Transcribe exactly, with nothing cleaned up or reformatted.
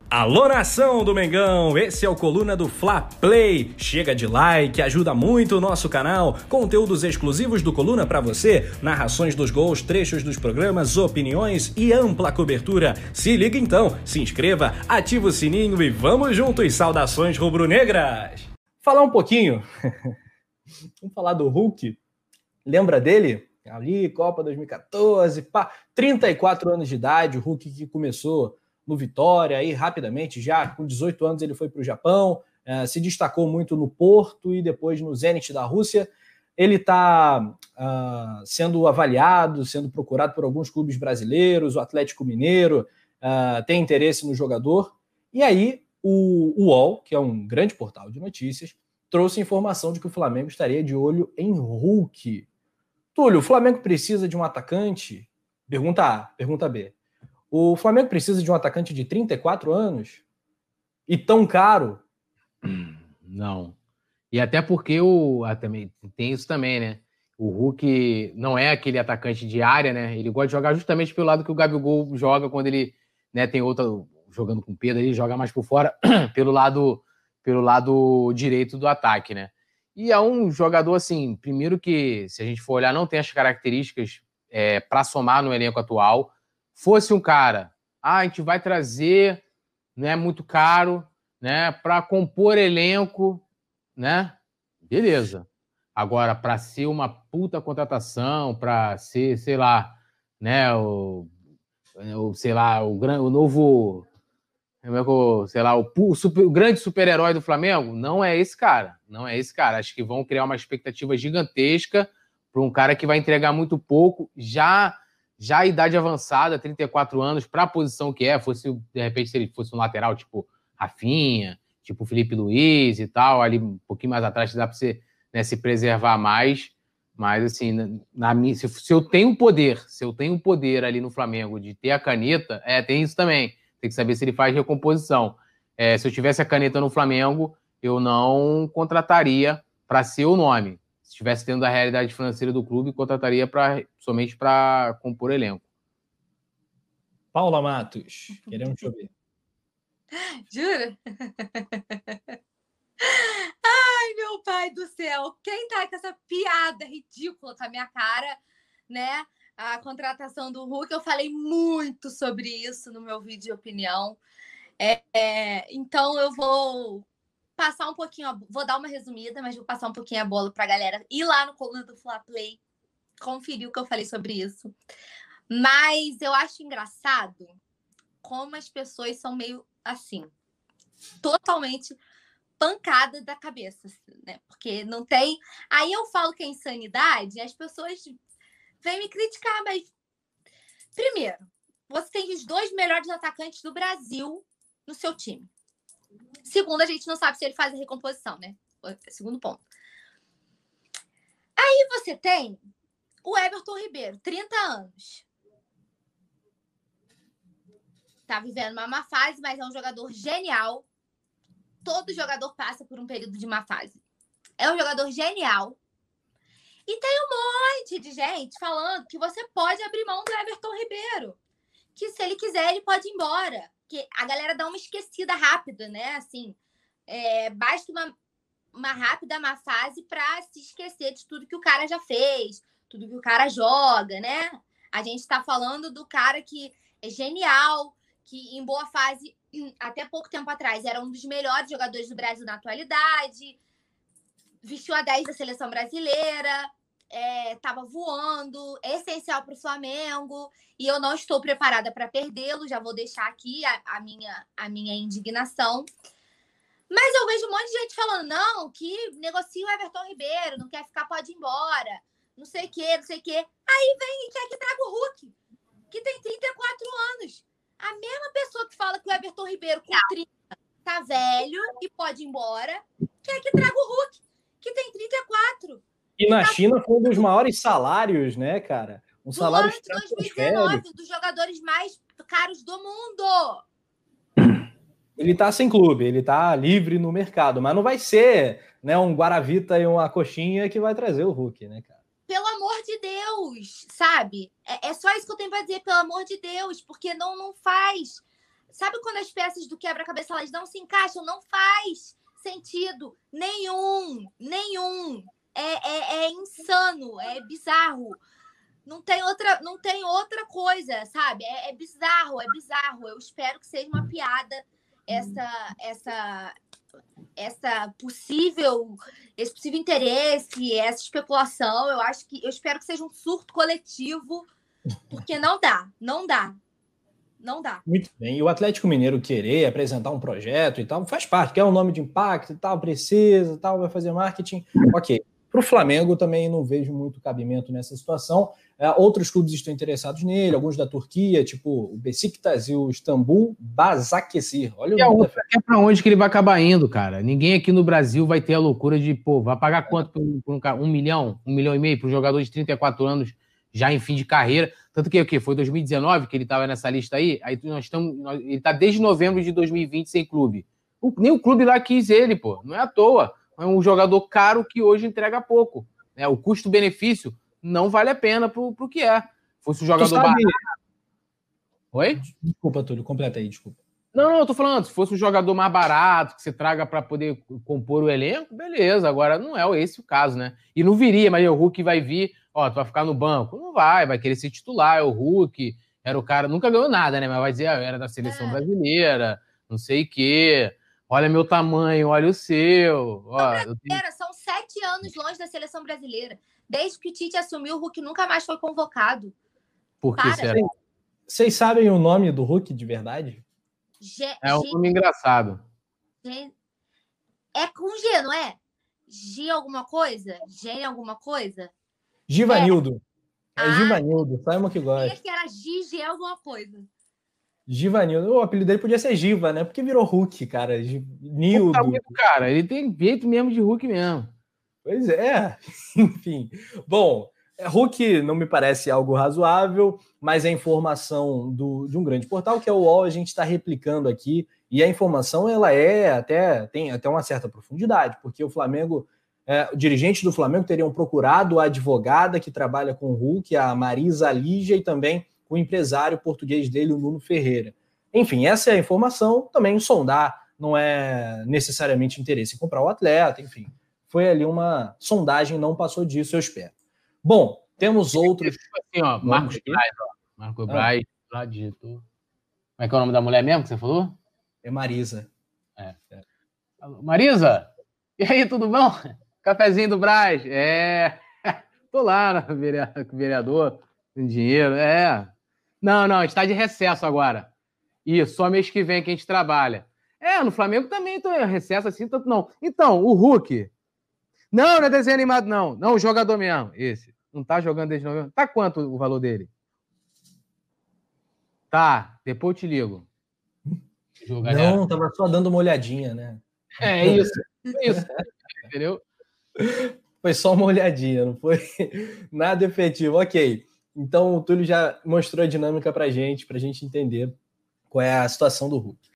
Alô, nação do Mengão, esse é o Coluna do Fla Play. Chega de like, ajuda muito o nosso canal. Conteúdos exclusivos do Coluna pra você, narrações dos gols, trechos dos programas, opiniões e ampla cobertura. Se liga então, se inscreva, ativa o sininho e vamos juntos. Saudações rubro-negras. Falar um pouquinho, vamos falar do Hulk. Lembra dele? Ali, Copa dois mil e quatorze, pá, trinta e quatro anos de idade, o Hulk que começou no Vitória, aí rapidamente, já com dezoito anos ele foi para o Japão, uh, se destacou muito no Porto e depois no Zenit da Rússia. Ele está uh, sendo avaliado, sendo procurado por alguns clubes brasileiros, o Atlético Mineiro uh, tem interesse no jogador, e aí o, o U O L, que é um grande portal de notícias, trouxe informação de que o Flamengo estaria de olho em Hulk. Túlio, o Flamengo precisa de um atacante? Pergunta A, pergunta B. O Flamengo precisa de um atacante de trinta e quatro anos? E tão caro? Não. E até porque o, ah, também, tem isso também, né? O Hulk não é aquele atacante de área, né? Ele gosta de jogar justamente pelo lado que o Gabigol joga quando ele, né, tem outra jogando com o Pedro, ele joga mais por fora, pelo lado, pelo lado direito do ataque, né? E é um jogador, assim, primeiro que, se a gente for olhar, não tem as características é, para somar no elenco atual. Fosse um cara, ah, a gente vai trazer, não é muito caro, né, para compor elenco, né? Beleza. Agora, para ser uma puta contratação, para ser, sei lá, né, o, o sei lá, o, o novo, sei lá, o, o, super, o grande super-herói do Flamengo, não é esse cara, não é esse cara. Acho que vão criar uma expectativa gigantesca para um cara que vai entregar muito pouco, já Já a idade avançada, trinta e quatro anos, para a posição que é, fosse, de repente, se ele fosse um lateral tipo Rafinha, tipo Felipe Luiz e tal, ali um pouquinho mais atrás dá para você, né, se preservar mais. Mas, assim, na, na minha, se, se eu tenho poder, se eu tenho poder ali no Flamengo de ter a caneta, é, tem isso também. Tem que saber se ele faz recomposição. É, se eu tivesse a caneta no Flamengo, eu não contrataria para ser o nome. Se estivesse dentro da realidade financeira do clube, contrataria pra, somente para compor elenco. Paula Matos, queremos te ouvir. Jura? Ai, meu pai do céu. Quem tá com essa piada ridícula com a minha cara, né? A contratação do Hulk, eu falei muito sobre isso no meu vídeo de opinião. É, é, então eu vou passar um pouquinho, vou dar uma resumida, mas vou passar um pouquinho a bola pra galera ir lá no Coluna do Fla Play, conferir o que eu falei sobre isso. Mas eu acho engraçado como as pessoas são meio assim, totalmente pancada da cabeça, né? Porque não tem... Aí eu falo que é insanidade, as pessoas vêm me criticar, mas primeiro, você tem os dois melhores atacantes do Brasil no seu time. Segundo, a gente não sabe se ele faz a recomposição, né? Segundo ponto. Aí você tem o Everton Ribeiro, trinta anos. Tá vivendo uma má fase, mas é um jogador genial. Todo jogador passa por um período de má fase. É um jogador genial. E tem um monte de gente falando que você pode abrir mão do Everton Ribeiro. Que se ele quiser, ele pode ir embora. Que a galera dá uma esquecida rápida, né? Assim, é, basta uma, uma rápida má fase para se esquecer de tudo que o cara já fez, tudo que o cara joga, né? A gente está falando do cara que é genial, que em boa fase, até pouco tempo atrás, era um dos melhores jogadores do Brasil na atualidade, vestiu a dez da seleção brasileira, estava é, voando, é essencial para o Flamengo, e eu não estou preparada para perdê-lo, já vou deixar aqui a, a, minha, a minha indignação. Mas eu vejo um monte de gente falando, não, que negocia o Everton Ribeiro, não quer ficar, pode ir embora, não sei o quê, não sei o quê. Aí vem e quer que traga o Hulk, que tem trinta e quatro anos. A mesma pessoa que fala que o Everton Ribeiro com trinta tá velho e pode ir embora, quer que traga o Hulk, que tem trinta e quatro. E na China foi um dos maiores salários, né, cara? Um salário do ano de dois mil e dezenove, um dos jogadores mais caros do mundo. Ele tá sem clube, ele tá livre no mercado, mas não vai ser, né, um Guaravita e uma coxinha que vai trazer o Hulk, né, cara? Pelo amor de Deus, sabe? É, é só isso que eu tenho pra dizer, pelo amor de Deus, porque não, não faz. Sabe quando as peças do quebra-cabeça elas não se encaixam? Não faz sentido nenhum, nenhum. É, é, é insano, é bizarro. Não tem outra, não tem outra coisa, sabe? É, é bizarro, é bizarro. Eu espero que seja uma piada essa, essa, essa possível, esse possível interesse, essa especulação. Eu acho que, eu espero que seja um surto coletivo, porque não dá, não dá. Não dá. Muito bem. E o Atlético Mineiro querer apresentar um projeto e tal, faz parte, quer um nome de impacto e tal, precisa e tal, vai fazer marketing. Ok. Para o Flamengo também não vejo muito cabimento nessa situação. É, outros clubes estão interessados nele, alguns da Turquia, tipo o Besiktas e o Istambul Basaksehir. Olha o é, nome outra, da... é para onde que ele vai acabar indo, cara. Ninguém aqui no Brasil vai ter a loucura de, pô, vai pagar quanto por um, por um cara? Um milhão? Um milhão e meio para um jogador de trinta e quatro anos já em fim de carreira. Tanto que o quê? Foi dois mil e dezenove que ele estava nessa lista aí? Aí nós estamos. Nós, ele está desde novembro de dois mil e vinte sem clube. O, nem o clube lá quis ele, pô. Não é à toa. É um jogador caro que hoje entrega pouco. É, o custo-benefício não vale a pena pro, pro que é. Fosse um jogador barato. Oi? Desculpa, Túlio, completa aí, desculpa. Não, não, eu tô falando, se fosse um jogador mais barato, que você traga para poder compor o elenco, beleza. Agora não é esse o caso, né? E não viria, mas o Hulk vai vir, ó, tu vai ficar no banco. Não vai, vai querer ser titular. É o Hulk, era o cara, nunca ganhou nada, né? Mas vai dizer, ah, era da seleção é. brasileira, não sei o quê. Olha meu tamanho, olha o seu. Ó, eu tenho... São sete anos longe da seleção brasileira. Desde que o Tite assumiu, o Hulk nunca mais foi convocado. Por que será? Vocês sabem o nome do Hulk de verdade? G... É um nome engraçado. G... É com G, não é? G alguma coisa? G alguma coisa? Givanildo. É, é ah, Givanildo, Simon que gosta. Eu que era G, G alguma coisa. Givanildo. O apelido dele podia ser Giva, né? Porque virou Hulk, cara. Nildo. Tá muito, cara. Ele tem jeito mesmo de Hulk mesmo. Pois é. Enfim. Bom, Hulk não me parece algo razoável, mas a informação do, de um grande portal, que é o U O L, a gente está replicando aqui, e a informação ela é até, tem até uma certa profundidade, porque o Flamengo, é, dirigentes do Flamengo teriam procurado a advogada que trabalha com o Hulk, a Marisa Lígia, e também o empresário português dele, o Nuno Ferreira. Enfim, essa é a informação, também sondar, não é necessariamente interesse em comprar o atleta, enfim. Foi ali uma sondagem, não passou disso, eu espero. Bom, temos outros... Assim, ó, Marcos Braz, ó. Marcos ah. Braz, lá digitou. Como é que é o nome da mulher mesmo que você falou? É Marisa. É. É. Marisa? E aí, tudo bom? Cafezinho do Braz? É. Tô lá, vereador, com dinheiro, é. Não, não, a gente tá de recesso agora. Isso, só mês que vem que a gente trabalha. É, no Flamengo também tô em recesso assim, tanto não. Então, o Hulk... Não, não é desenho animado, não. Não, o jogador mesmo, esse. Não tá jogando desde novembro. Tá quanto o valor dele? Tá, depois eu te ligo. Jogar não, já. Tava só dando uma olhadinha, né? É isso, isso. Entendeu? Foi só uma olhadinha, não foi nada efetivo. Ok, então o Túlio já mostrou a dinâmica pra gente, pra gente entender qual é a situação do Hulk.